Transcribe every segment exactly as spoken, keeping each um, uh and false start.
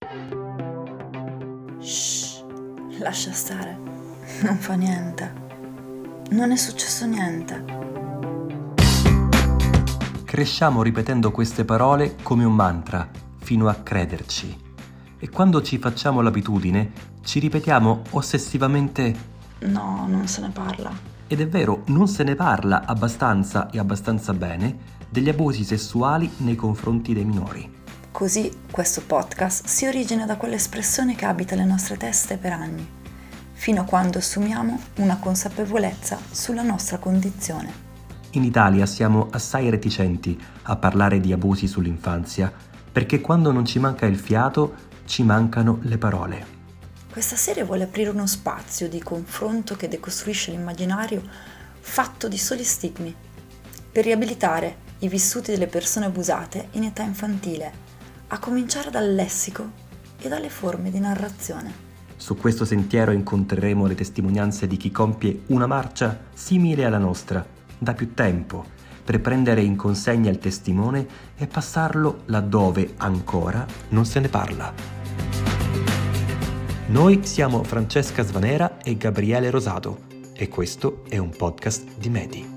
Shh, lascia stare, non fa niente, non è successo niente. Cresciamo ripetendo queste parole come un mantra, fino a crederci. E quando ci facciamo l'abitudine, ci ripetiamo ossessivamente: No, non se ne parla. Ed è vero, non se ne parla abbastanza e abbastanza bene degli abusi sessuali nei confronti dei minori. Così questo podcast si origina da quell'espressione che abita le nostre teste per anni, fino a quando assumiamo una consapevolezza sulla nostra condizione. In Italia siamo assai reticenti a parlare di abusi sull'infanzia, perché quando non ci manca il fiato, ci mancano le parole. Questa serie vuole aprire uno spazio di confronto che decostruisce l'immaginario fatto di soli stigmi, per riabilitare i vissuti delle persone abusate in età infantile, a cominciare dal lessico e dalle forme di narrazione. Su questo sentiero incontreremo le testimonianze di chi compie una marcia simile alla nostra, da più tempo, per prendere in consegna il testimone e passarlo laddove ancora non se ne parla. Noi siamo Francesca Svanera e Gabriele Rosato e questo è un podcast di Medi.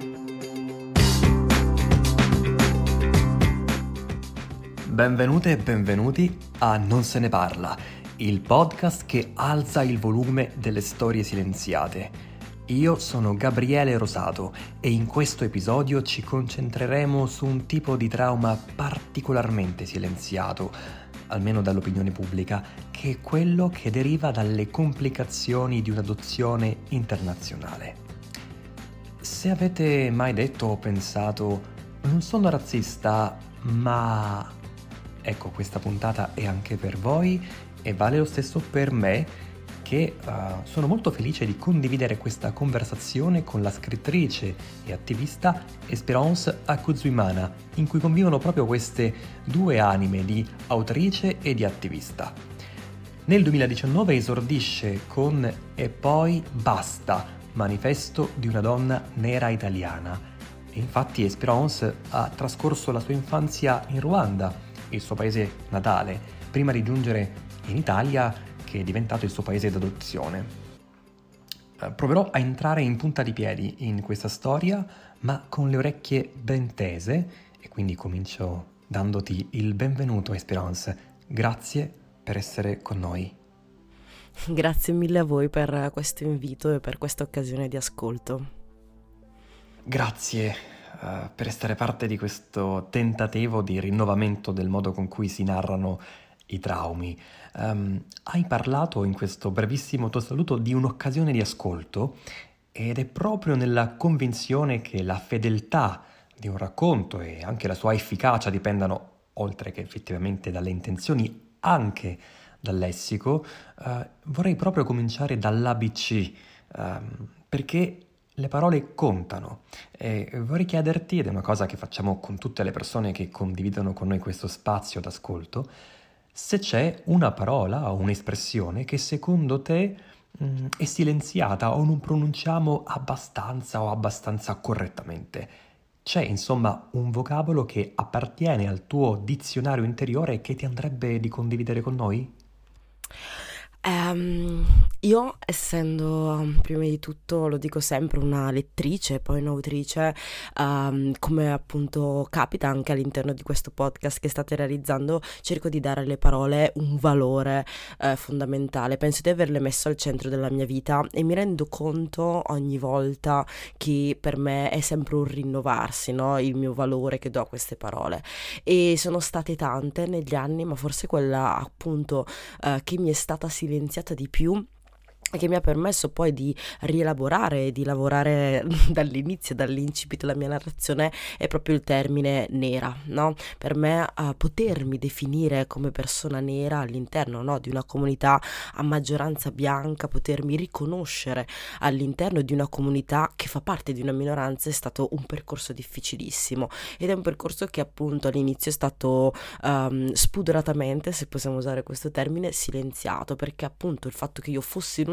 Benvenute e benvenuti a Non se ne parla, il podcast che alza il volume delle storie silenziate. Io sono Gabriele Rosato e in questo episodio ci concentreremo su un tipo di trauma particolarmente silenziato, almeno dall'opinione pubblica, che è quello che deriva dalle complicazioni di un'adozione internazionale. Se avete mai detto o pensato "non sono razzista, ma..." ecco, questa puntata è anche per voi e vale lo stesso per me, che uh, sono molto felice di condividere questa conversazione con la scrittrice e attivista Espérance Akuzuimana, in cui convivono proprio queste due anime di autrice e di attivista. Nel duemiladiciannove esordisce con E poi basta, manifesto di una donna nera italiana. E infatti Espérance ha trascorso la sua infanzia in Ruanda, il suo paese natale, prima di giungere in Italia, che è diventato il suo paese d'adozione. Eh, proverò a entrare in punta di piedi in questa storia, ma con le orecchie ben tese, e quindi comincio dandoti il benvenuto, Espérance. Grazie per essere con noi. Grazie mille a voi per questo invito e per questa occasione di ascolto. Grazie uh, per essere parte di questo tentativo di rinnovamento del modo con cui si narrano i traumi. Um, hai parlato in questo brevissimo tuo saluto di un'occasione di ascolto ed è proprio nella convinzione che la fedeltà di un racconto e anche la sua efficacia dipendano, oltre che effettivamente dalle intenzioni, anche dal lessico. Uh, vorrei proprio cominciare dall'A B C, um, perché le parole contano e vorrei chiederti, ed è una cosa che facciamo con tutte le persone che condividono con noi questo spazio d'ascolto, se c'è una parola o un'espressione che secondo te mh, è silenziata o non pronunciamo abbastanza o abbastanza correttamente. C'è insomma un vocabolo che appartiene al tuo dizionario interiore che ti andrebbe di condividere con noi? Um, io, essendo prima di tutto, lo dico sempre, una lettrice, poi un'autrice, um, come appunto capita anche all'interno di questo podcast che state realizzando, cerco di dare alle parole un valore eh, fondamentale. Penso di averle messo al centro della mia vita e mi rendo conto ogni volta che per me è sempre un rinnovarsi, no? Il mio valore che do a queste parole. E sono state tante negli anni, ma forse quella appunto eh, che mi è stata silenziata di più e che mi ha permesso poi di rielaborare e di lavorare dall'inizio, dall'incipit della mia narrazione, è proprio il termine nera, no? Per me uh, potermi definire come persona nera all'interno, no, di una comunità a maggioranza bianca, potermi riconoscere all'interno di una comunità che fa parte di una minoranza è stato un percorso difficilissimo ed è un percorso che appunto all'inizio è stato um, spudoratamente, se possiamo usare questo termine, silenziato, perché appunto il fatto che io fossi l'unica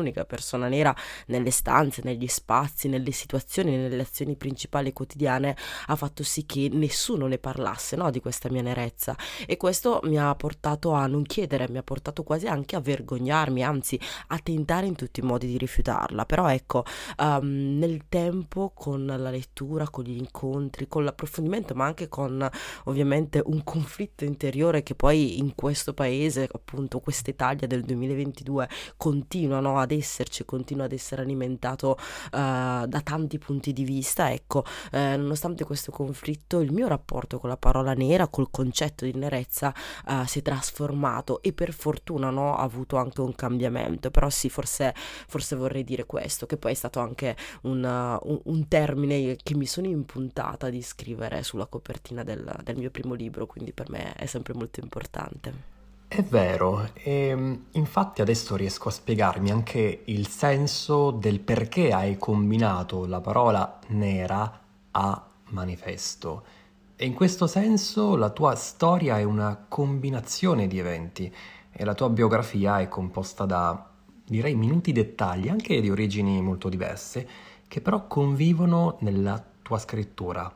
l'unica persona nera nelle stanze, negli spazi, nelle situazioni, nelle azioni principali quotidiane, ha fatto sì che nessuno ne parlasse, no, di questa mia nerezza, e questo mi ha portato a non chiedere, mi ha portato quasi anche a vergognarmi, anzi a tentare in tutti i modi di rifiutarla. Però ecco, um, nel tempo, con la lettura, con gli incontri, con l'approfondimento, ma anche con ovviamente un conflitto interiore che poi in questo paese, appunto questa Italia del duemilaventidue, continuano ad esserci, continua ad essere alimentato uh, da tanti punti di vista, ecco, eh, nonostante questo conflitto, il mio rapporto con la parola nera, col concetto di nerezza, uh, si è trasformato, e per fortuna, no, ha avuto anche un cambiamento. Però sì, forse, forse vorrei dire questo, che poi è stato anche un, uh, un, un termine che mi sono impuntata di scrivere sulla copertina del, del mio primo libro, quindi per me è sempre molto importante. È vero, e infatti adesso riesco a spiegarmi anche il senso del perché hai combinato la parola nera a manifesto. E in questo senso la tua storia è una combinazione di eventi e la tua biografia è composta da, direi, minuti dettagli, anche di origini molto diverse, che però convivono nella tua scrittura.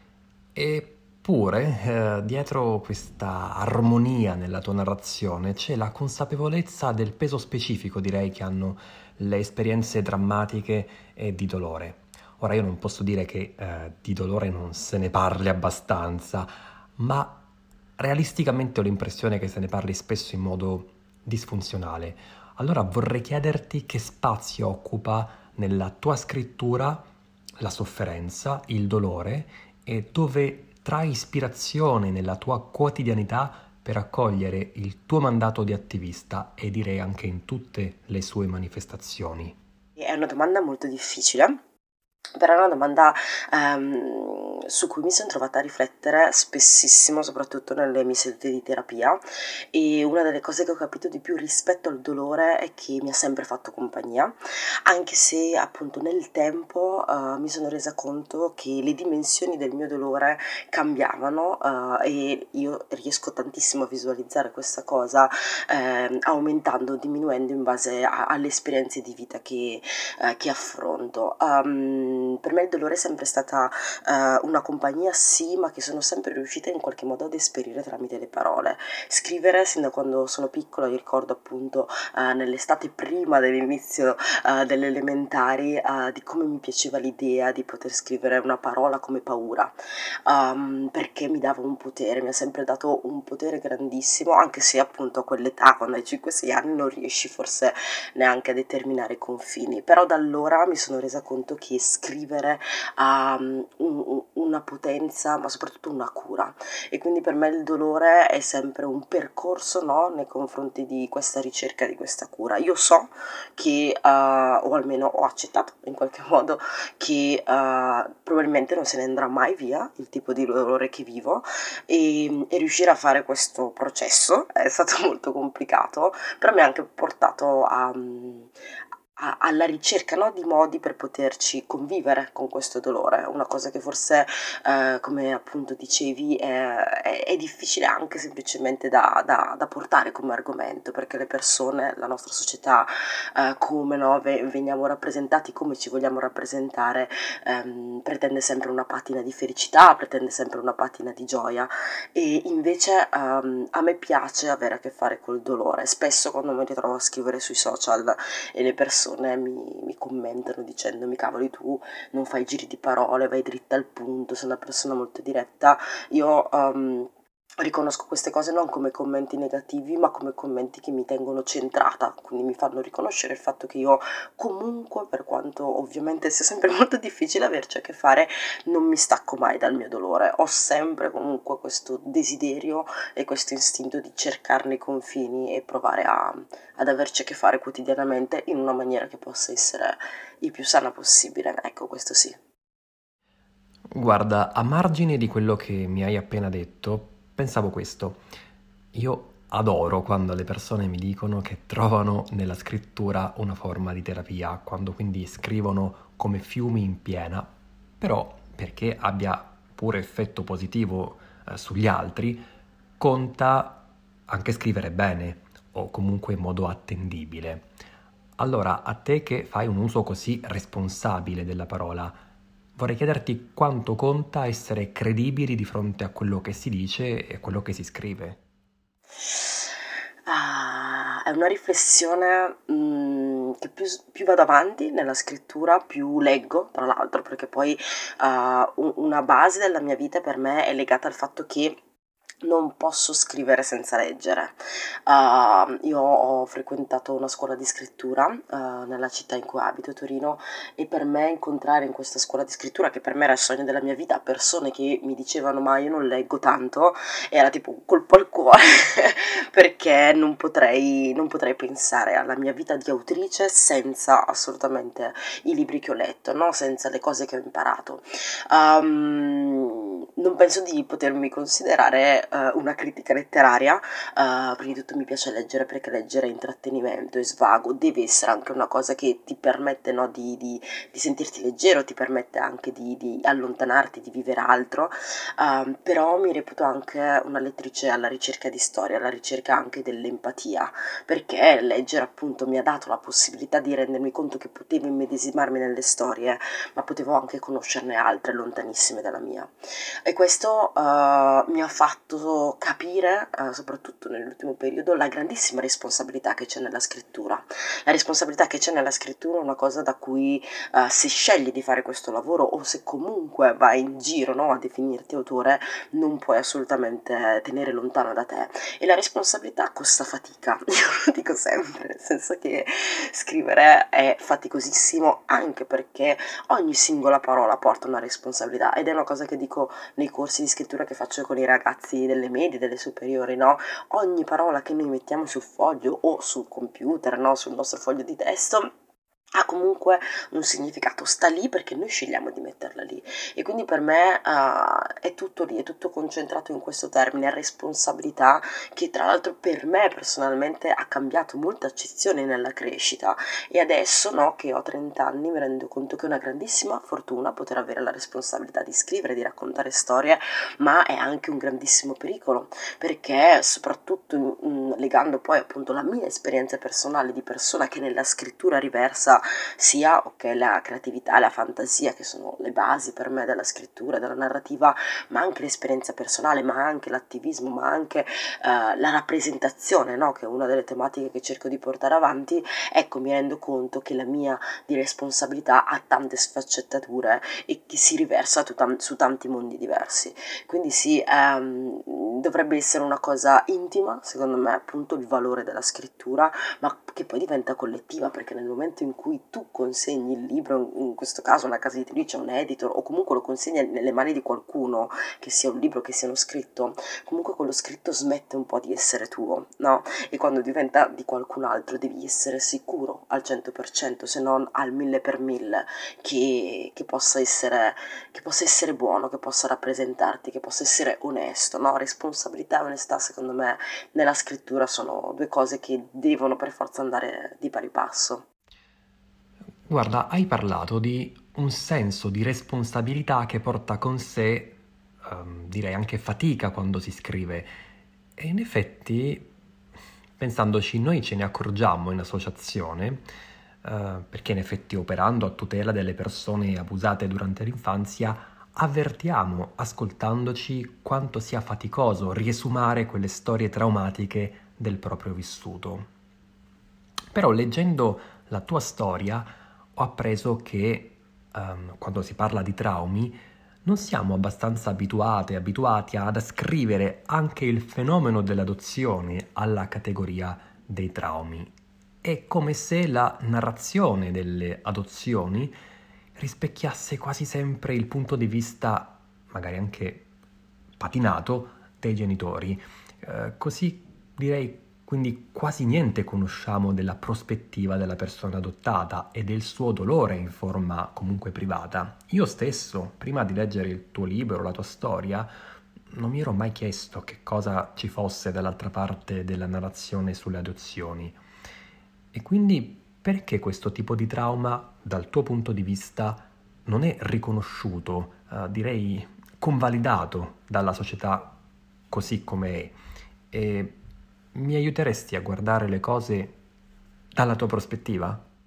Eppure, eh, dietro questa armonia nella tua narrazione c'è la consapevolezza del peso specifico, direi, che hanno le esperienze drammatiche e di dolore. Ora, io non posso dire che eh, di dolore non se ne parli abbastanza, ma realisticamente ho l'impressione che se ne parli spesso in modo disfunzionale. Allora vorrei chiederti che spazio occupa nella tua scrittura la sofferenza, il dolore, e dove trai ispirazione nella tua quotidianità per accogliere il tuo mandato di attivista, e direi anche in tutte le sue manifestazioni. È una domanda molto difficile, però è una domanda um, su cui mi sono trovata a riflettere spessissimo, soprattutto nelle mie sedute di terapia, e una delle cose che ho capito di più rispetto al dolore è che mi ha sempre fatto compagnia, anche se appunto nel tempo uh, mi sono resa conto che le dimensioni del mio dolore cambiavano, uh, e io riesco tantissimo a visualizzare questa cosa eh, aumentando o diminuendo in base a, alle esperienze di vita che, uh, che affronto. Um, Per me il dolore è sempre stata uh, una compagnia, sì, ma che sono sempre riuscita in qualche modo ad esperire tramite le parole. Scrivere sin da quando sono piccola, io ricordo appunto uh, nell'estate prima dell'inizio uh, delle elementari uh, di come mi piaceva l'idea di poter scrivere una parola come paura, um, perché mi dava un potere, mi ha sempre dato un potere grandissimo, anche se appunto a quell'età, quando hai cinque sei anni, non riesci forse neanche a determinare i confini. Però da allora mi sono resa conto che scrivere ha um, un, una potenza, ma soprattutto una cura, e quindi per me il dolore è sempre un percorso, no, nei confronti di questa ricerca, di questa cura. Io so che, uh, o almeno ho accettato in qualche modo, che uh, probabilmente non se ne andrà mai via il tipo di dolore che vivo, e, e riuscire a fare questo processo è stato molto complicato, però mi ha anche portato a, a, alla ricerca, no, di modi per poterci convivere con questo dolore, una cosa che forse, eh, come appunto dicevi, è, è, è difficile anche semplicemente da, da, da portare come argomento, perché le persone, la nostra società, eh, come no, veniamo rappresentati, come ci vogliamo rappresentare, ehm, pretende sempre una patina di felicità, pretende sempre una patina di gioia, e invece ehm, a me piace avere a che fare col dolore. Spesso quando mi ritrovo a scrivere sui social e le persone Mi, mi commentano dicendomi: cavoli, tu non fai giri di parole, vai dritta al punto, sei una persona molto diretta. Io um, riconosco queste cose non come commenti negativi, ma come commenti che mi tengono centrata, quindi mi fanno riconoscere il fatto che io comunque, per quanto ovviamente sia sempre molto difficile averci a che fare, non mi stacco mai dal mio dolore. Ho sempre comunque questo desiderio e questo istinto di cercarne i confini e provare a, ad averci a che fare quotidianamente in una maniera che possa essere il più sana possibile. Ecco, questo sì. Guarda, a margine di quello che mi hai appena detto, pensavo questo: io adoro quando le persone mi dicono che trovano nella scrittura una forma di terapia, quando quindi scrivono come fiumi in piena, però perché abbia pure effetto positivo eh, sugli altri, conta anche scrivere bene, o comunque in modo attendibile. Allora, a te che fai un uso così responsabile della parola, vorrei chiederti quanto conta essere credibili di fronte a quello che si dice e a quello che si scrive. Ah, è una riflessione mm, che più, più vado avanti nella scrittura, più leggo, tra l'altro, perché poi ah, un- una base della mia vita per me è legata al fatto che non posso scrivere senza leggere. Ah, io ho frequentato una scuola di scrittura ah, nella città in cui abito, Torino, e per me incontrare in questa scuola di scrittura, che per me era il sogno della mia vita, persone che mi dicevano ma io non leggo tanto, era tipo un colpo al cuore, perché non potrei, non potrei pensare alla mia vita di autrice senza assolutamente i libri che ho letto, no? Senza le cose che ho imparato. Um, non penso di potermi considerare eh, una critica letteraria, uh, prima di tutto mi piace leggere perché leggere è intrattenimento e svago, deve essere anche una cosa che ti permette, no, di, di, di sentirti leggero, ti permette anche di, di allontanarti, di vivere altro, uh, però mi reputo anche una lettrice alla ricerca di storia, alla ricerca anche dell'empatia, perché leggere appunto mi ha dato la possibilità di rendermi conto che potevo immedesimarmi nelle storie, ma potevo anche conoscerne altre lontanissime dalla mia. E questo uh, mi ha fatto capire, uh, soprattutto nell'ultimo periodo, la grandissima responsabilità che c'è nella scrittura. La responsabilità che c'è nella scrittura è una cosa da cui uh, se scegli di fare questo lavoro o se comunque vai in giro, no, a definirti autore, non puoi assolutamente tenere lontano da te. E la responsabilità costa fatica, io lo dico sempre, nel senso che scrivere è faticosissimo anche perché ogni singola parola porta una responsabilità ed è una cosa che dico nei corsi di scrittura che faccio con i ragazzi delle medie, delle superiori, no? Ogni parola che noi mettiamo sul foglio o sul computer, no? Sul nostro foglio di testo ha comunque un significato, sta lì perché noi scegliamo di metterla lì e quindi per me uh, è tutto lì, è tutto concentrato in questo termine, responsabilità, che tra l'altro per me personalmente ha cambiato molte accezioni nella crescita e adesso, no, che ho trenta anni, mi rendo conto che è una grandissima fortuna poter avere la responsabilità di scrivere, di raccontare storie, ma è anche un grandissimo pericolo perché soprattutto mh, legando poi appunto la mia esperienza personale di persona che nella scrittura riversa sia ok la creatività, la fantasia che sono le basi per me della scrittura, della narrativa, ma anche l'esperienza personale, ma anche l'attivismo, ma anche uh, la rappresentazione, no? Che è una delle tematiche che cerco di portare avanti. Ecco, mi rendo conto che la mia di responsabilità ha tante sfaccettature e che si riversa su tanti mondi diversi, quindi sì, um, dovrebbe essere una cosa intima, secondo me, appunto il valore della scrittura, ma che poi diventa collettiva, perché nel momento in cui tu consegni il libro, in questo caso una casa editrice, un editor, o comunque lo consegni nelle mani di qualcuno, che sia un libro, che sia uno scritto, comunque quello scritto smette un po' di essere tuo, no? E quando diventa di qualcun altro devi essere sicuro al cento per cento, se non al mille per mille, che, che possa essere, che possa essere buono, che possa rappresentarti, che possa essere onesto, no? Responsabilità e onestà, secondo me, nella scrittura sono due cose che devono per forza andare di pari passo. Guarda, hai parlato di un senso di responsabilità che porta con sé, ehm, direi anche fatica quando si scrive. E in effetti, pensandoci, noi ce ne accorgiamo in associazione, eh, perché in effetti operando a tutela delle persone abusate durante l'infanzia, avvertiamo, ascoltandoci, quanto sia faticoso riesumare quelle storie traumatiche del proprio vissuto. Però leggendo la tua storia ho appreso che um, quando si parla di traumi non siamo abbastanza abituate, abituati ad ascrivere anche il fenomeno dell'adozione alla categoria dei traumi. È come se la narrazione delle adozioni rispecchiasse quasi sempre il punto di vista, magari anche patinato, dei genitori. Eh, così direi quindi quasi niente conosciamo della prospettiva della persona adottata e del suo dolore in forma comunque privata. Io stesso, prima di leggere il tuo libro, la tua storia, non mi ero mai chiesto che cosa ci fosse dall'altra parte della narrazione sulle adozioni. E quindi perché questo tipo di trauma, dal tuo punto di vista, non è riconosciuto, eh, direi convalidato dalla società così come è? E mi aiuteresti a guardare le cose dalla tua prospettiva?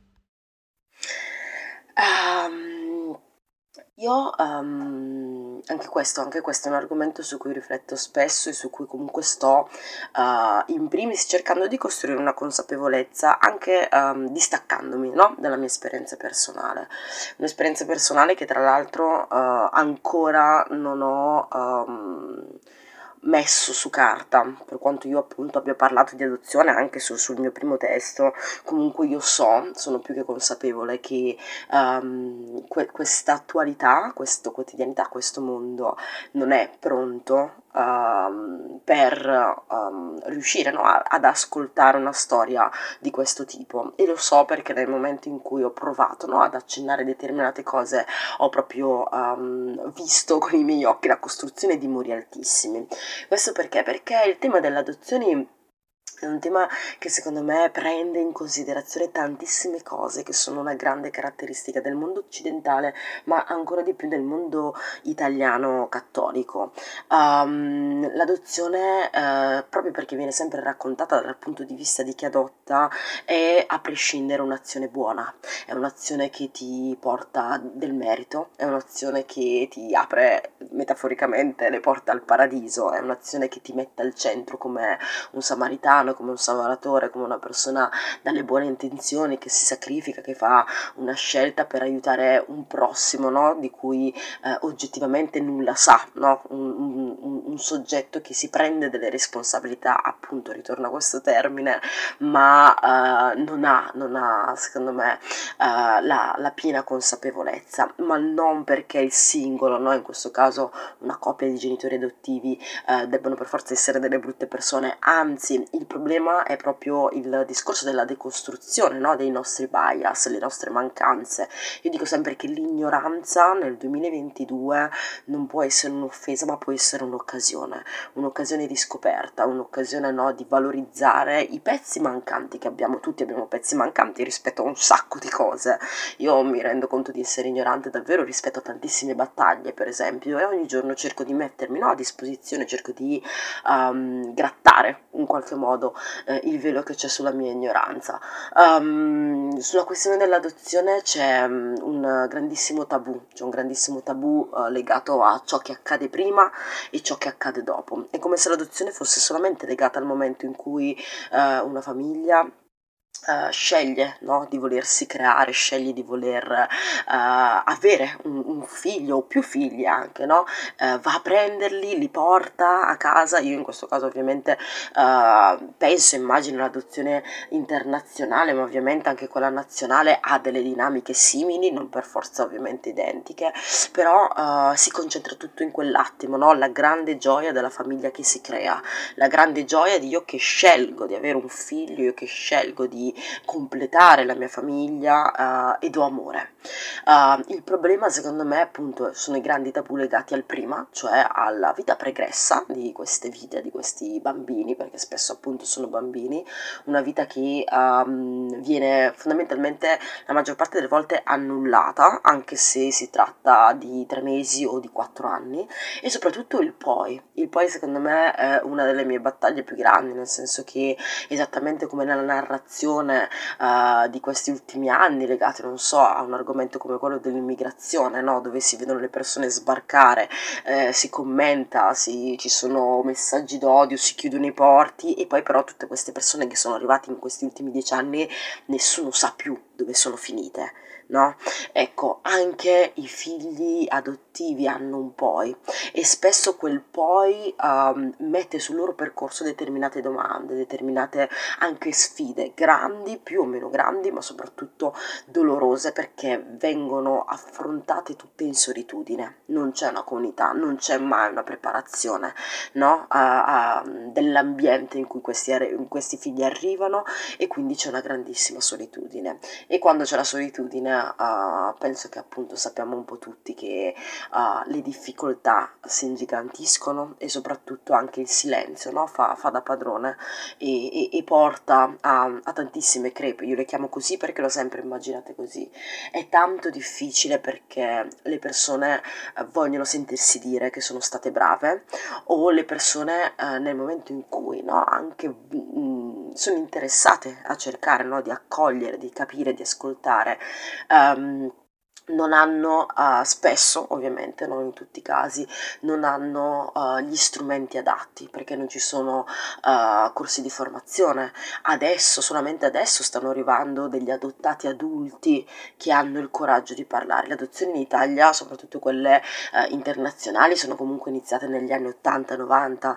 Io, ehm, anche questo, anche questo è un argomento su cui rifletto spesso e su cui comunque sto, eh, in primis cercando di costruire una consapevolezza, anche ehm, distaccandomi, no, dalla mia esperienza personale. Un'esperienza personale che tra l'altro eh, ancora non ho ehm, messo su carta, per quanto io appunto abbia parlato di adozione anche su- sul mio primo testo. Comunque io so, sono più che consapevole che um, que- questa attualità, questa quotidianità, questo mondo non è pronto um, per um, riuscire, no, a- ad ascoltare una storia di questo tipo, e lo so perché nel momento in cui ho provato, no, ad accennare determinate cose ho proprio um, visto con i miei occhi la costruzione di muri altissimi. Questo perché? Perché il tema delle adozioni è un tema che secondo me prende in considerazione tantissime cose che sono una grande caratteristica del mondo occidentale, ma ancora di più del mondo italiano cattolico. Um, l'adozione, eh, proprio perché viene sempre raccontata dal punto di vista di chi adotta, è a prescindere un'azione buona, è un'azione che ti porta del merito, è un'azione che ti apre metaforicamente le porte al paradiso, è un'azione che ti mette al centro come un samaritano, come un salvatore, come una persona dalle buone intenzioni che si sacrifica, che fa una scelta per aiutare un prossimo, no? Di cui eh, oggettivamente nulla sa, no? un, un, un soggetto che si prende delle responsabilità, appunto ritorno a questo termine, ma eh, non ha, non ha secondo me eh, la, la piena consapevolezza, ma non perché il singolo, no? In questo caso una coppia di genitori adottivi eh, debbono per forza essere delle brutte persone, anzi il problema è proprio il discorso della decostruzione, no? Dei nostri bias, le nostre mancanze. Io dico sempre che l'ignoranza nel duemilaventidue non può essere un'offesa, ma può essere un'occasione, un'occasione di scoperta, un'occasione, no, di valorizzare i pezzi mancanti che abbiamo. Tutti abbiamo pezzi mancanti rispetto a un sacco di cose. Io mi rendo conto di essere ignorante davvero rispetto a tantissime battaglie, per esempio, e ogni giorno cerco di mettermi, no, a disposizione, cerco di um, grattare in qualche modo eh, il velo che c'è sulla mia ignoranza. Um, sulla questione dell'adozione c'è um, un grandissimo tabù, c'è un grandissimo tabù uh, legato a ciò che accade prima e ciò che accade dopo. È come se l'adozione fosse solamente legata al momento in cui uh, una famiglia Uh, sceglie, no, di volersi creare, sceglie di voler uh, avere un, un figlio o più figli anche, no? Uh, va a prenderli, li porta a casa. Io in questo caso ovviamente uh, penso, immagino l'adozione internazionale, ma ovviamente anche quella nazionale ha delle dinamiche simili, non per forza ovviamente identiche, però uh, si concentra tutto in quell'attimo, no? La grande gioia della famiglia che si crea, la grande gioia di io che scelgo di avere un figlio, io che scelgo di completare la mia famiglia uh, e do amore. Uh, il problema secondo me appunto sono i grandi tabù legati al prima, cioè alla vita pregressa di queste vite, di questi bambini, perché spesso appunto sono bambini, una vita che um, viene fondamentalmente la maggior parte delle volte annullata, anche se si tratta di tre mesi o di quattro anni, e soprattutto il poi. Il poi secondo me è una delle mie battaglie più grandi, nel senso che esattamente come nella narrazione uh, di questi ultimi anni legati, non so, a un argomento come quello dell'immigrazione, no? Dove si vedono le persone sbarcare, eh, si commenta, si, ci sono messaggi d'odio, si chiudono i porti, e poi però tutte queste persone che sono arrivate in questi ultimi dieci anni nessuno sa più dove sono finite, no? Ecco, anche i figli adottivi hanno un poi, e spesso quel poi um, mette sul loro percorso determinate domande, determinate anche sfide, grandi, più o meno grandi, ma soprattutto dolorose, perché vengono affrontate tutte in solitudine, non c'è una comunità, non c'è mai una preparazione, no? a, a, dell'ambiente in cui questi, in questi figli arrivano, e quindi c'è una grandissima solitudine. E quando c'è la solitudine uh, penso che appunto sappiamo un po' tutti che uh, le difficoltà si ingigantiscono, e soprattutto anche il silenzio, no? fa, fa da padrone e, e, e porta a, a tantissime crepe. Io le chiamo così perché l'ho sempre immaginate così. È tanto difficile perché le persone uh, vogliono sentirsi dire che sono state brave, o le persone uh, nel momento in cui, no, anche mh, sono interessate a cercare, no, di accogliere, di capire, di ascoltare, um, non hanno, uh, spesso ovviamente, non in tutti i casi, non hanno uh, gli strumenti adatti, perché non ci sono uh, corsi di formazione. Adesso, solamente adesso, stanno arrivando degli adottati adulti che hanno il coraggio di parlare. Le adozioni in Italia, soprattutto quelle uh, internazionali, sono comunque iniziate negli anni ottanta novanta.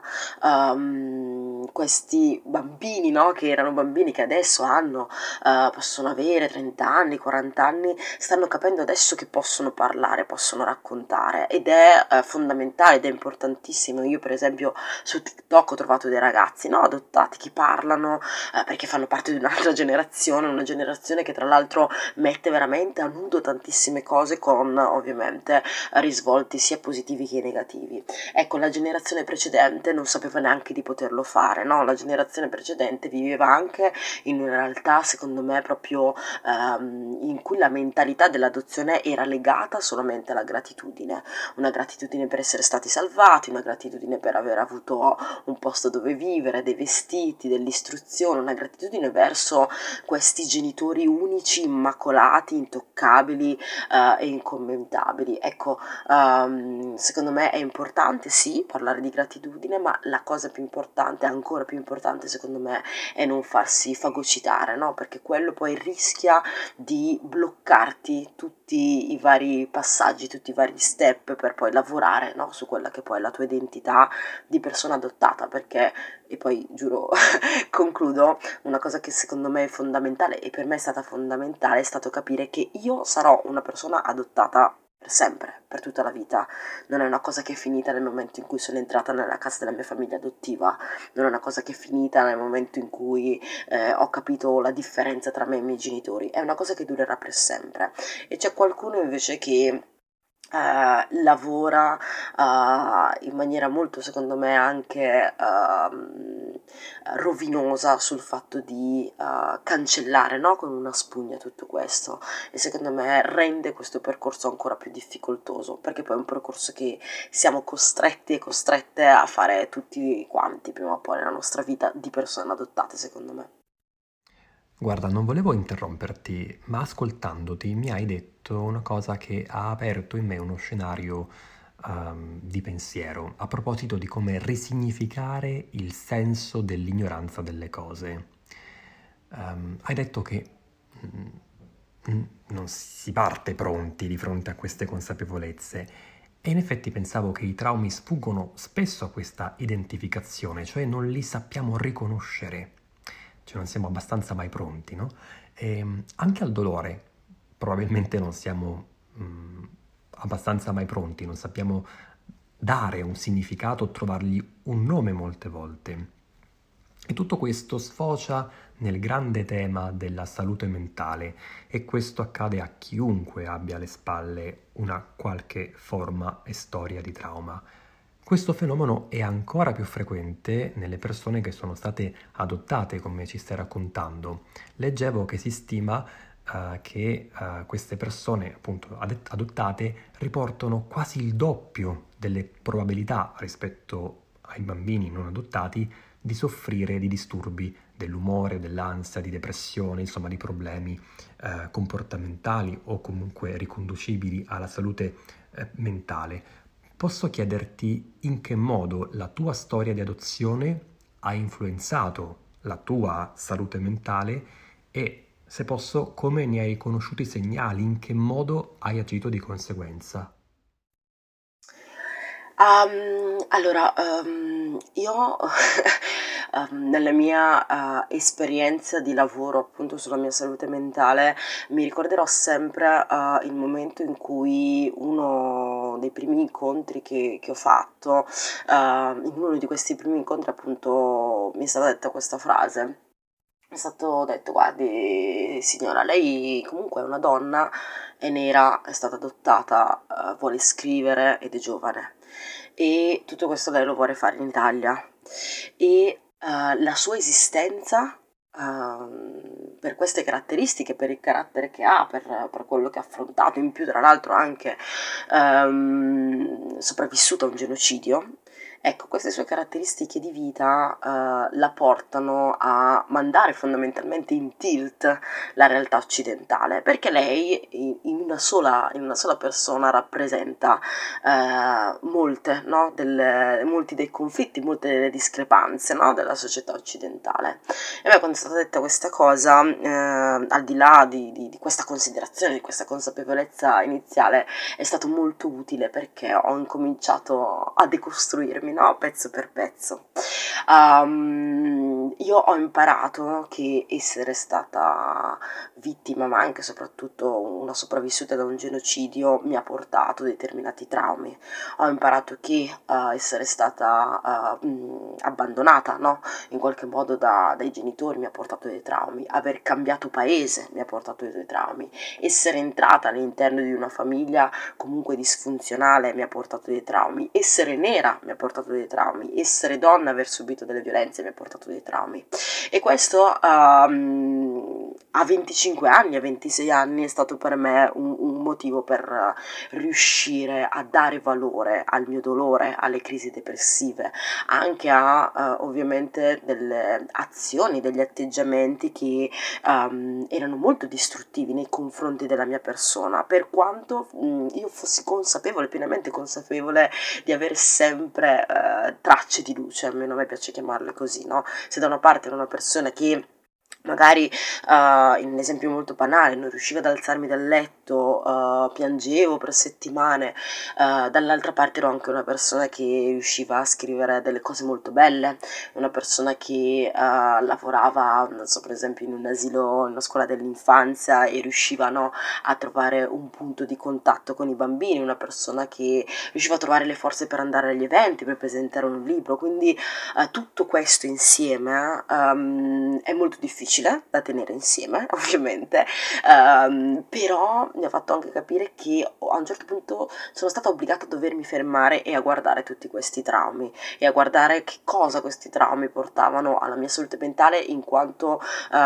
Um, questi bambini, no, che erano bambini che adesso hanno, uh, possono avere trenta anni, quaranta anni, stanno capendo adesso che possono parlare, possono raccontare, ed è eh, fondamentale ed è importantissimo. Io per esempio su TikTok ho trovato dei ragazzi, no, adottati, che parlano eh, perché fanno parte di un'altra generazione, una generazione che tra l'altro mette veramente a nudo tantissime cose, con ovviamente risvolti sia positivi che negativi. Ecco, la generazione precedente non sapeva neanche di poterlo fare, no? La generazione precedente viveva anche in una realtà, secondo me, proprio ehm, in cui la mentalità dell'adozione era legata solamente alla gratitudine, una gratitudine per essere stati salvati, una gratitudine per aver avuto un posto dove vivere, dei vestiti, dell'istruzione, una gratitudine verso questi genitori unici, immacolati, intoccabili uh, e incommentabili. Ecco, um, secondo me è importante sì parlare di gratitudine, ma la cosa più importante, ancora più importante secondo me, è non farsi fagocitare, no? Perché quello poi rischia di bloccarti tutti i vari passaggi, tutti i vari step per poi lavorare, no, su quella che poi è la tua identità di persona adottata. Perché, e poi giuro concludo, una cosa che secondo me è fondamentale, e per me è stata fondamentale, è stato capire che io sarò una persona adottata per sempre, per tutta la vita. Non è una cosa che è finita nel momento in cui sono entrata nella casa della mia famiglia adottiva, non è una cosa che è finita nel momento in cui eh, ho capito la differenza tra me e i miei genitori, è una cosa che durerà per sempre. E c'è qualcuno invece che Uh, lavora uh, in maniera molto, secondo me, anche uh, rovinosa sul fatto di uh, cancellare, no, con una spugna tutto questo, e secondo me rende questo percorso ancora più difficoltoso, perché poi è un percorso che siamo costretti e costrette a fare tutti quanti prima o poi nella nostra vita di persone adottate, secondo me. Guarda, non volevo interromperti, ma ascoltandoti mi hai detto una cosa che ha aperto in me uno scenario um, di pensiero a proposito di come risignificare il senso dell'ignoranza delle cose. Um, hai detto che mm, non si parte pronti di fronte a queste consapevolezze, e in effetti pensavo che i traumi sfuggono spesso a questa identificazione, cioè non li sappiamo riconoscere. Cioè non siamo abbastanza mai pronti, no? E anche al dolore probabilmente non siamo mh, abbastanza mai pronti, non sappiamo dare un significato, trovargli un nome molte volte. E tutto questo sfocia nel grande tema della salute mentale, e questo accade a chiunque abbia alle spalle una qualche forma e storia di trauma. Questo fenomeno è ancora più frequente nelle persone che sono state adottate, come ci stai raccontando. Leggevo che si stima uh, che uh, queste persone, appunto, ad- adottate riportano quasi il doppio delle probabilità rispetto ai bambini non adottati di soffrire di disturbi dell'umore, dell'ansia, di depressione, insomma di problemi uh, comportamentali o comunque riconducibili alla salute uh, mentale. Posso chiederti in che modo la tua storia di adozione ha influenzato la tua salute mentale, e, se posso, come ne hai riconosciuto i segnali, in che modo hai agito di conseguenza? Um, allora, um, io um, nella mia uh, esperienza di lavoro appunto sulla mia salute mentale mi ricorderò sempre uh, il momento in cui uno dei primi incontri che, che ho fatto, uh, in uno di questi primi incontri appunto mi è stata detta questa frase. Mi è stato detto: guardi signora, lei comunque è una donna, è nera, è stata adottata, uh, vuole scrivere ed è giovane, e tutto questo lei lo vuole fare in Italia, e uh, la sua esistenza, uh, per queste caratteristiche, per il carattere che ha, per, per quello che ha affrontato, in più tra l'altro anche um, sopravvissuto a un genocidio, Ecco, queste sue caratteristiche di vita eh, la portano a mandare fondamentalmente in tilt la realtà occidentale, perché lei in una sola, in una sola persona rappresenta eh, molte, no? Delle, molti dei conflitti, molte delle discrepanze, no? Della società occidentale. E a me quando è stata detta questa cosa, eh, al di là di, di, di questa considerazione, di questa consapevolezza iniziale, è stato molto utile perché ho incominciato a decostruirmi, no? Pezzo per pezzo. Um, io ho imparato che essere stata vittima, ma anche e soprattutto una sopravvissuta da un genocidio, mi ha portato determinati traumi. Ho imparato che uh, essere stata uh, mh, abbandonata, no? In qualche modo da, dai genitori mi ha portato dei traumi. Aver cambiato paese mi ha portato dei traumi. Essere entrata all'interno di una famiglia comunque disfunzionale mi ha portato dei traumi. Essere nera mi ha portato dei traumi. Essere donna, aver subito delle violenze mi ha portato dei traumi. E questo um, a venticinque anni, a ventisei anni è stato per me un, un motivo per riuscire a dare valore al mio dolore, alle crisi depressive, anche a uh, ovviamente delle azioni, degli atteggiamenti che um, erano molto distruttivi nei confronti della mia persona, per quanto um, io fossi consapevole, pienamente consapevole di avere sempre uh, tracce di luce, almeno a me piace chiamarle così, no? Se da una parte era una persona che magari, uh, in un esempio molto banale, non riuscivo ad alzarmi dal letto, uh, piangevo per settimane, uh, dall'altra parte ero anche una persona che riusciva a scrivere delle cose molto belle, una persona che uh, lavorava, non so, per esempio in un asilo, in una scuola dell'infanzia e riusciva, no, a trovare un punto di contatto con i bambini, una persona che riusciva a trovare le forze per andare agli eventi, per presentare un libro, quindi uh, tutto questo insieme um, è molto difficile da tenere insieme, ovviamente, um, però mi ha fatto anche capire che a un certo punto sono stata obbligata a dovermi fermare e a guardare tutti questi traumi e a guardare che cosa questi traumi portavano alla mia salute mentale in quanto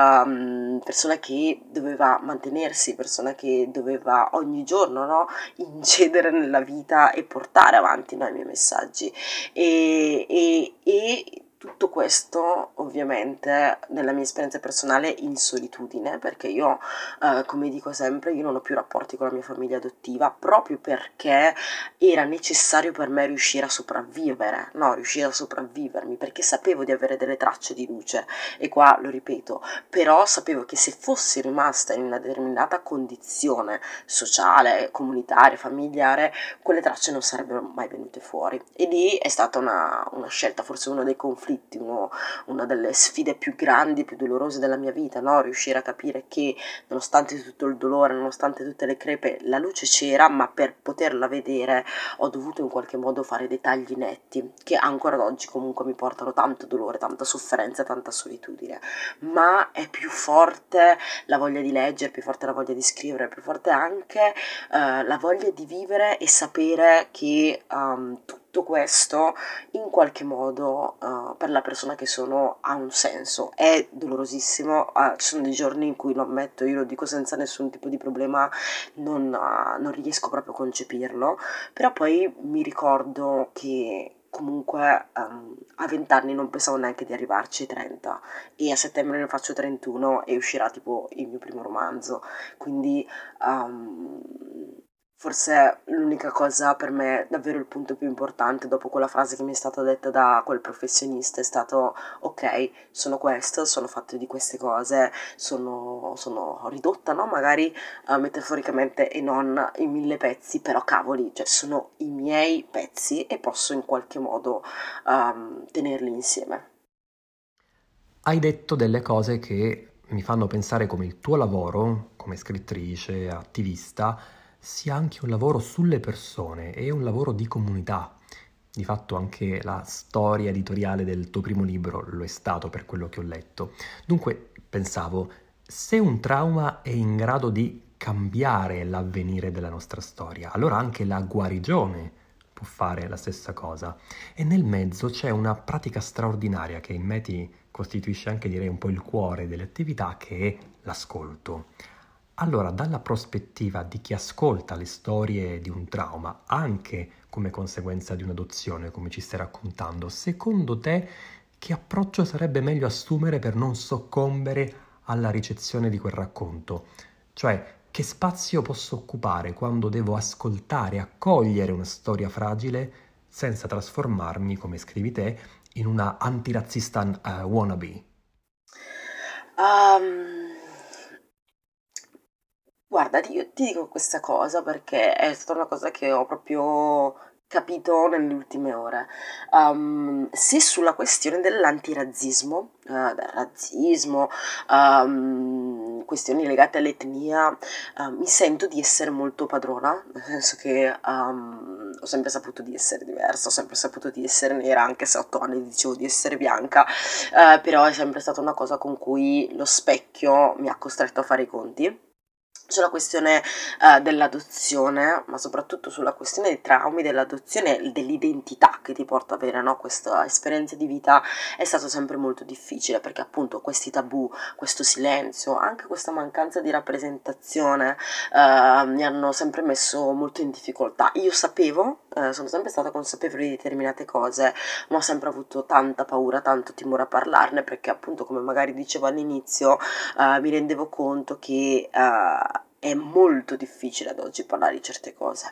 um, persona che doveva mantenersi, persona che doveva ogni giorno, no, incedere nella vita e portare avanti, no, i miei messaggi e, e, e tutto questo ovviamente nella mia esperienza personale in solitudine, perché io eh, come dico sempre, io non ho più rapporti con la mia famiglia adottiva proprio perché era necessario per me riuscire a sopravvivere, no, riuscire a sopravvivermi, perché sapevo di avere delle tracce di luce e qua lo ripeto, però sapevo che se fossi rimasta in una determinata condizione sociale, comunitaria, familiare, quelle tracce non sarebbero mai venute fuori e lì è stata una, una scelta, forse uno dei conflitti, Uno, una delle sfide più grandi, più dolorose della mia vita, no? Riuscire a capire che nonostante tutto il dolore, nonostante tutte le crepe, la luce c'era, ma per poterla vedere ho dovuto in qualche modo fare dei tagli netti che ancora ad oggi comunque mi portano tanto dolore, tanta sofferenza, tanta solitudine, ma è più forte la voglia di leggere, più forte la voglia di scrivere, più forte anche uh, la voglia di vivere e sapere che um, tutto questo in qualche modo uh, per la persona che sono ha un senso. È dolorosissimo, uh, ci sono dei giorni in cui lo ammetto, io lo dico senza nessun tipo di problema, non, uh, non riesco proprio a concepirlo, però poi mi ricordo che comunque um, a vent'anni non pensavo neanche di arrivarci ai trenta e a settembre ne faccio trentuno e uscirà tipo il mio primo romanzo, quindi um, forse l'unica cosa per me, davvero il punto più importante dopo quella frase che mi è stata detta da quel professionista è stato: ok, sono questo, sono fatto di queste cose, sono, sono ridotta, no? Magari uh, metaforicamente e non in mille pezzi, però cavoli, cioè sono i miei pezzi e posso in qualche modo um, tenerli insieme. Hai detto delle cose che mi fanno pensare come il tuo lavoro, come scrittrice, attivista, sia anche un lavoro sulle persone e un lavoro di comunità. Di fatto anche la storia editoriale del tuo primo libro lo è stato per quello che ho letto. Dunque pensavo, se un trauma è in grado di cambiare l'avvenire della nostra storia, allora anche la guarigione può fare la stessa cosa. E nel mezzo c'è una pratica straordinaria che in me ti costituisce anche, direi, un po' il cuore delle attività, che è l'ascolto. Allora, dalla prospettiva di chi ascolta le storie di un trauma, anche come conseguenza di un'adozione, come ci stai raccontando. Secondo te, che approccio sarebbe meglio assumere per non soccombere alla ricezione di quel racconto? Cioè, che spazio posso occupare quando devo ascoltare, accogliere una storia fragile senza trasformarmi, come scrivi te, in una antirazzista uh, wannabe? Um, guarda, ti, io ti dico questa cosa perché è stata una cosa che ho proprio capito nelle ultime ore. Um, se sulla questione dell'antirazzismo, uh, del razzismo, um, questioni legate all'etnia, uh, mi sento di essere molto padrona, nel senso che um, ho sempre saputo di essere diversa, ho sempre saputo di essere nera, anche se a otto anni dicevo di essere bianca, uh, però è sempre stata una cosa con cui lo specchio mi ha costretto a fare i conti. Sulla questione uh, dell'adozione, ma soprattutto sulla questione dei traumi dell'adozione e dell'identità che ti porta ad avere, no? Questa esperienza di vita è stato sempre molto difficile perché appunto questi tabù, questo silenzio, anche questa mancanza di rappresentazione uh, mi hanno sempre messo molto in difficoltà. Io sapevo, uh, sono sempre stata consapevole di determinate cose, ma ho sempre avuto tanta paura, tanto timore a parlarne perché appunto, come magari dicevo all'inizio, uh, mi rendevo conto che uh, è molto difficile ad oggi parlare di certe cose.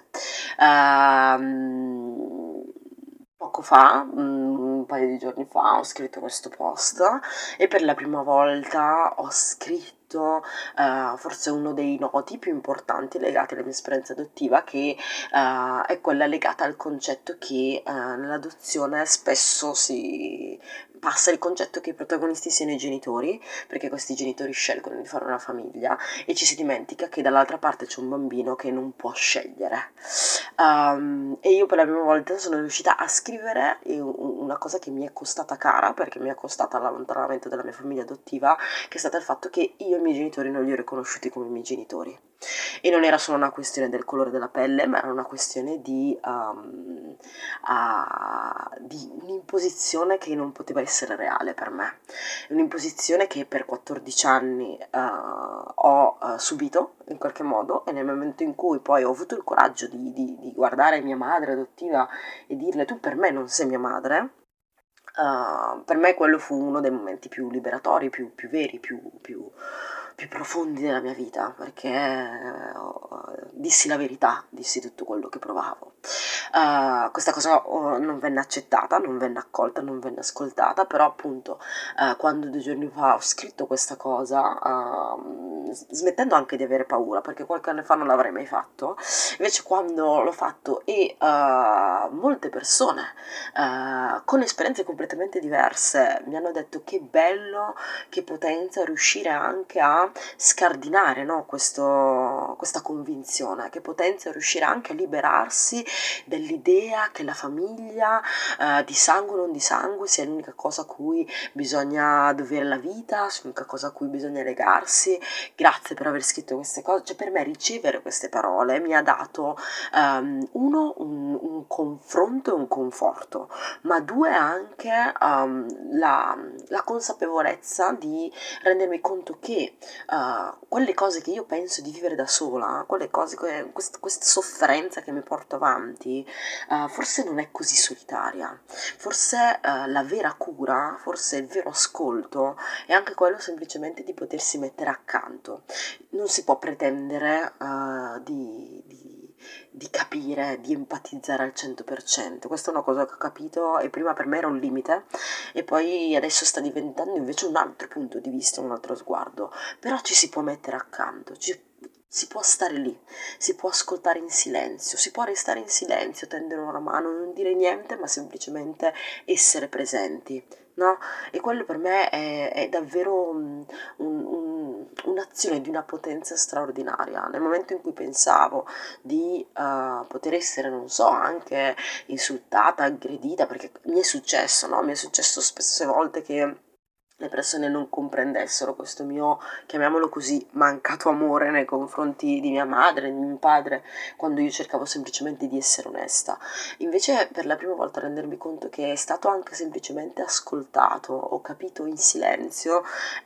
Um, poco fa, un paio di giorni fa, ho scritto questo post e per la prima volta ho scritto Uh, forse uno dei nodi più importanti legati alla mia esperienza adottiva, che uh, è quella legata al concetto che uh, nell'adozione spesso si passa il concetto che i protagonisti siano i genitori, perché questi genitori scelgono di fare una famiglia e ci si dimentica che dall'altra parte c'è un bambino che non può scegliere. Um, e io per la prima volta sono riuscita a scrivere una cosa che mi è costata cara, perché mi è costata l'allontanamento della mia famiglia adottiva, che è stato il fatto che io i miei genitori non li ho riconosciuti come i miei genitori. E non era solo una questione del colore della pelle, ma era una questione di, um, uh, di un'imposizione che non poteva essere reale per me. Un'imposizione che per quattordici anni uh, ho uh, subito in qualche modo, e nel momento in cui poi ho avuto il coraggio di, di, di guardare mia madre adottiva e dirle: tu per me non sei mia madre, uh, per me quello fu uno dei momenti più liberatori, più, più veri, più... più più profondi della mia vita, perché uh, dissi la verità, dissi tutto quello che provavo. Uh, questa cosa uh, non venne accettata, non venne accolta, non venne ascoltata, però appunto uh, quando due giorni fa ho scritto questa cosa, uh, smettendo anche di avere paura, perché qualche anno fa non l'avrei mai fatto, invece quando l'ho fatto e uh, molte persone uh, con esperienze completamente diverse mi hanno detto che bello, che potenza riuscire anche a scardinare, no, questo, questa convinzione, che potenza riuscire anche a liberarsi dell'idea che la famiglia eh, di sangue o non di sangue sia l'unica cosa a cui bisogna dovere la vita, sia l'unica cosa a cui bisogna legarsi. Grazie per aver scritto queste cose. Cioè, per me ricevere queste parole mi ha dato um, uno un, un confronto e un conforto, ma due anche um, la, la consapevolezza di rendermi conto che Uh, quelle cose che io penso di vivere da sola, quelle cose, que- quest- questa sofferenza che mi porto avanti, uh, forse non è così solitaria, forse uh, la vera cura, forse il vero ascolto è anche quello semplicemente di potersi mettere accanto. Non si può pretendere uh, di, di, di capire, di empatizzare al cento per cento, questa è una cosa che ho capito e prima per me era un limite e poi adesso sta diventando invece un altro punto di vista, un altro sguardo. Però ci si può mettere accanto, ci, si può stare lì, si può ascoltare in silenzio, si può restare in silenzio, tendere una mano, non dire niente, ma semplicemente essere presenti, no? E quello per me è, è davvero un, un, un'azione di una potenza straordinaria. Nel momento in cui pensavo di uh, poter essere, non so, anche insultata, aggredita, perché mi è successo, no? Mi è successo spesse volte che le persone non comprendessero questo mio, chiamiamolo così, mancato amore nei confronti di mia madre, di mio padre, quando io cercavo semplicemente di essere onesta. Invece per la prima volta rendermi conto che è stato anche semplicemente ascoltato, ho capito in silenzio,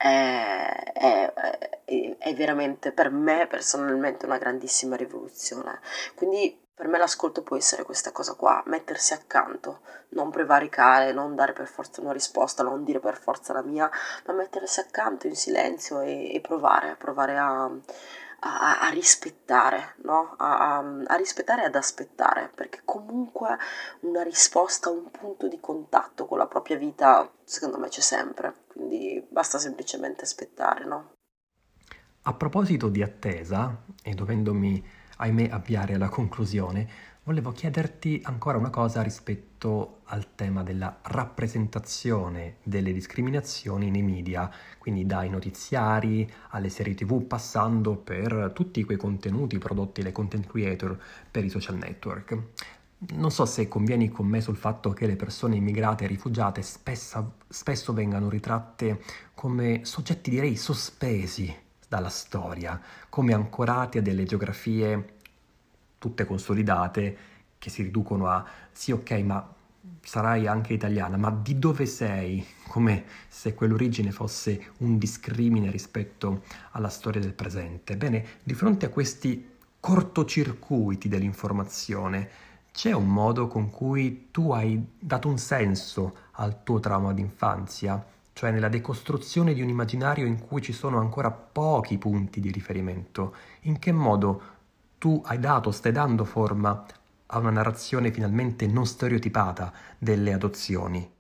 è, è, è, è veramente per me personalmente una grandissima rivoluzione. Quindi Per me l'ascolto può essere questa cosa qua, mettersi accanto, non prevaricare, non dare per forza una risposta, non dire per forza la mia, ma mettersi accanto in silenzio e, e provare, provare a, a, a rispettare, no? A, a, a rispettare e ad aspettare, perché comunque una risposta, un punto di contatto con la propria vita, secondo me c'è sempre, quindi basta semplicemente aspettare, no? A proposito di attesa, e dovendomi, ahimè, avviare alla conclusione, volevo chiederti ancora una cosa rispetto al tema della rappresentazione delle discriminazioni nei media, quindi dai notiziari alle serie tivù, passando per tutti quei contenuti prodotti dai content creator per i social network. Non so se convieni con me sul fatto che le persone immigrate e rifugiate spesso, spesso vengano ritratte come soggetti, direi, sospesi dalla storia, come ancorati a delle geografie tutte consolidate che si riducono a sì, ok, ma sarai anche italiana, ma di dove sei? Come se quell'origine fosse un discrimine rispetto alla storia del presente. Bene, di fronte a questi cortocircuiti dell'informazione, c'è un modo con cui tu hai dato un senso al tuo trauma d'infanzia? Cioè nella decostruzione di un immaginario in cui ci sono ancora pochi punti di riferimento, in che modo tu hai dato, stai dando forma a una narrazione finalmente non stereotipata delle adozioni?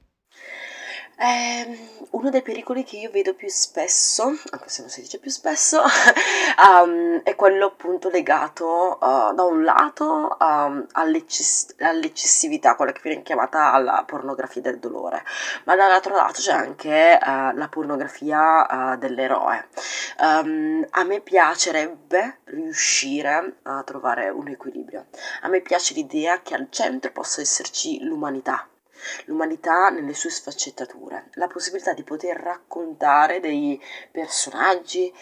Eh, uno dei pericoli che io vedo più spesso, anche se non si dice più spesso, um, è quello appunto legato uh, da un lato um, all'eccess- all'eccessività, quella che viene chiamata la pornografia del dolore, ma dall'altro lato c'è anche uh, la pornografia uh, dell'eroe. Um, a me piacerebbe riuscire a trovare un equilibrio. A me piace l'idea che al centro possa esserci l'umanità. L'umanità nelle sue sfaccettature, la possibilità di poter raccontare dei personaggi,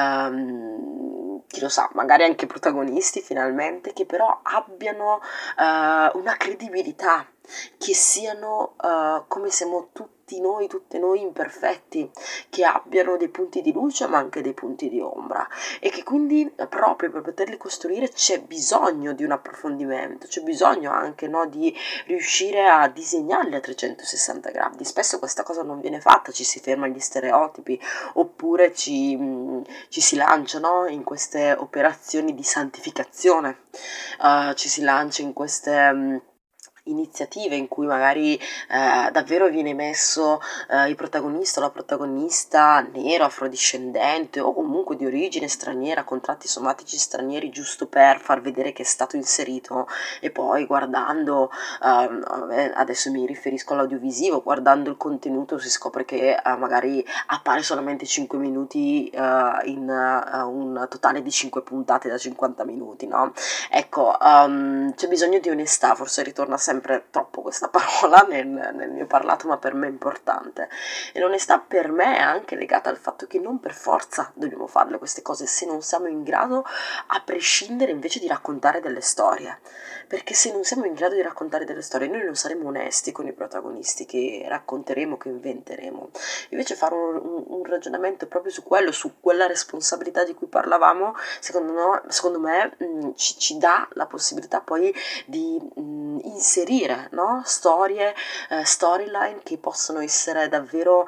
ehm, chi lo sa, magari anche protagonisti finalmente, che però abbiano eh, una credibilità, che siano eh, come siamo tutti noi, tutte noi imperfetti, che abbiano dei punti di luce ma anche dei punti di ombra e che quindi proprio per poterli costruire c'è bisogno di un approfondimento, c'è bisogno anche, no, di riuscire a disegnarli a trecentosessanta gradi. Spesso questa cosa non viene fatta, ci si ferma agli stereotipi oppure ci, mh, ci si lancia, no, in queste operazioni di santificazione, uh, ci si lancia in queste... Mh, iniziative in cui magari eh, davvero viene messo eh, il protagonista o la protagonista nero, afrodiscendente o comunque di origine straniera, con tratti somatici stranieri, giusto per far vedere che è stato inserito, e poi guardando, eh, adesso mi riferisco all'audiovisivo, guardando il contenuto si scopre che eh, magari appare solamente cinque minuti eh, in uh, un totale di cinque puntate da cinquanta minuti, no? Ecco, um, c'è bisogno di onestà, forse ritorna sempre sempre troppo questa parola nel, nel mio parlato, ma per me è importante, e l'onestà per me è anche legata al fatto che non per forza dobbiamo farle queste cose se non siamo in grado, a prescindere invece di raccontare delle storie, perché se non siamo in grado di raccontare delle storie noi non saremo onesti con i protagonisti che racconteremo, che inventeremo. Invece fare un, un, un ragionamento proprio su quello, su quella responsabilità di cui parlavamo, secondo, no, secondo me mh, ci, ci dà la possibilità poi di mh, inserire no? storie, eh, storyline che possono essere davvero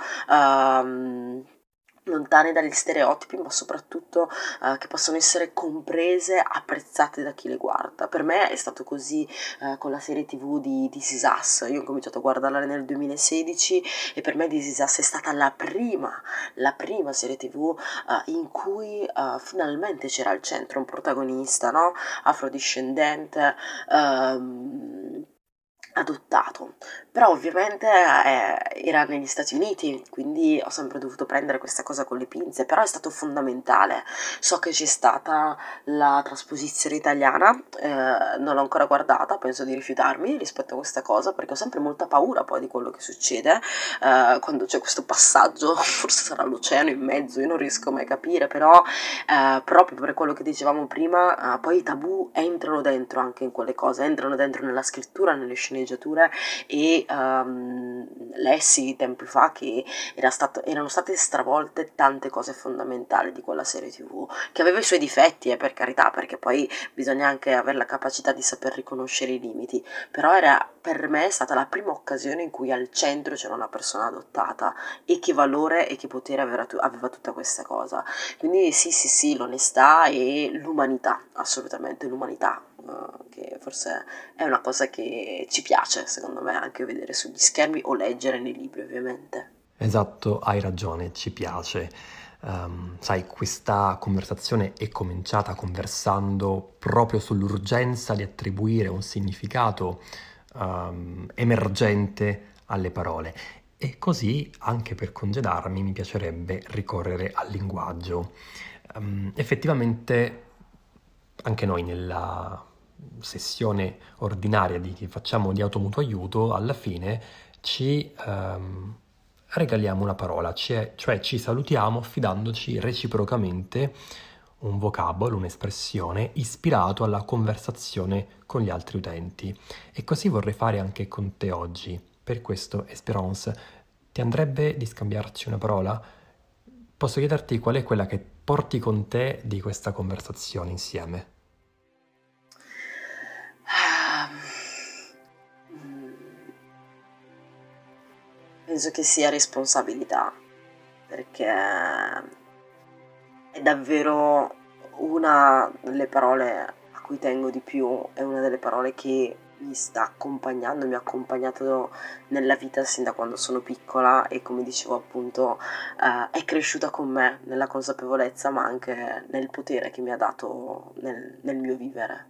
um, lontane dagli stereotipi, ma soprattutto uh, che possono essere comprese, apprezzate da chi le guarda. Per me è stato così uh, con la serie tv di This Is Us. Io ho cominciato a guardarla nel duemilasedici e per me This Is Us è stata la prima, la prima serie tv uh, in cui uh, finalmente c'era al centro un protagonista, no? Afrodiscendente, um, adottato, però ovviamente eh, era negli Stati Uniti, quindi ho sempre dovuto prendere questa cosa con le pinze, però è stato fondamentale. So che c'è stata la trasposizione italiana, eh, non l'ho ancora guardata, penso di rifiutarmi rispetto a questa cosa, perché ho sempre molta paura poi di quello che succede eh, quando c'è questo passaggio, forse sarà l'oceano in mezzo, io non riesco mai a capire, però eh, proprio per quello che dicevamo prima, eh, poi i tabù entrano dentro anche in quelle cose, entrano dentro nella scrittura, nelle sceneggiature, sceneggiature e um, lessi tempi fa che era stato, erano state stravolte tante cose fondamentali di quella serie tv, che aveva i suoi difetti, eh, per carità, perché poi bisogna anche avere la capacità di saper riconoscere i limiti, però era, per me è stata la prima occasione in cui al centro c'era una persona adottata, e che valore e che potere aveva, aveva tutta questa cosa. Quindi sì sì sì, l'onestà e l'umanità, assolutamente l'umanità, uh, che forse è una cosa che ci piace secondo me anche vedere sugli schermi o leggere nei libri, ovviamente. Esatto, hai ragione, ci piace. Um, sai, questa conversazione è cominciata conversando proprio sull'urgenza di attribuire un significato um, emergente alle parole. E così, anche per congedarmi, mi piacerebbe ricorrere al linguaggio. Um, effettivamente, anche noi nella sessione ordinaria di, che facciamo di automutuo aiuto, alla fine ci um, regaliamo una parola, cioè, cioè ci salutiamo affidandoci reciprocamente un vocabolo, un'espressione ispirato alla conversazione con gli altri utenti. E così vorrei fare anche con te oggi. Per questo, Espérance, ti andrebbe di scambiarci una parola? Posso chiederti qual è quella che porti con te di questa conversazione insieme? Penso che sia responsabilità, perché è davvero una delle parole a cui tengo di più, è una delle parole che mi sta accompagnando, mi ha accompagnato nella vita sin da quando sono piccola, e come dicevo appunto eh, è cresciuta con me nella consapevolezza, ma anche nel potere che mi ha dato nel, nel mio vivere.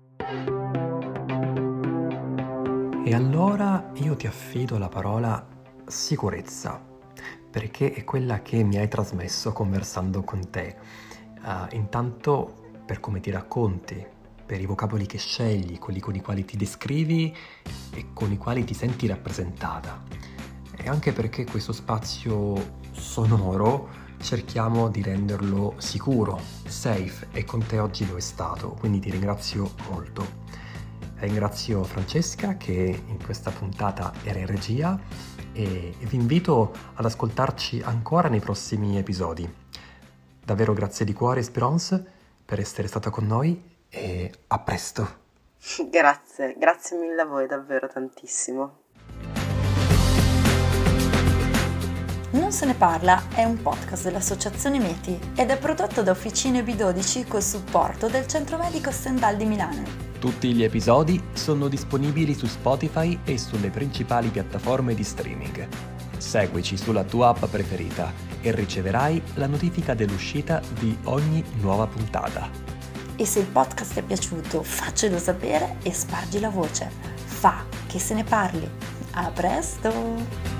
E allora io ti affido la parola sicurezza, perché è quella che mi hai trasmesso conversando con te. Uh, intanto per come ti racconti, per i vocaboli che scegli, quelli con i quali ti descrivi e con i quali ti senti rappresentata. E anche perché questo spazio sonoro cerchiamo di renderlo sicuro, safe, e con te oggi lo è stato, quindi ti ringrazio molto. Ringrazio Francesca che in questa puntata era in regia e vi invito ad ascoltarci ancora nei prossimi episodi. Davvero grazie di cuore, Espérance, per essere stata con noi e a presto. Grazie, grazie mille a voi, davvero tantissimo. Non se ne parla è un podcast dell'Associazione Meti ed è prodotto da Officine B dodici col supporto del Centro Medico Stendhal di Milano. Tutti gli episodi sono disponibili su Spotify e sulle principali piattaforme di streaming. Seguici sulla tua app preferita e riceverai la notifica dell'uscita di ogni nuova puntata. E se il podcast ti è piaciuto, faccelo sapere e spargi la voce. Fa che se ne parli. A presto!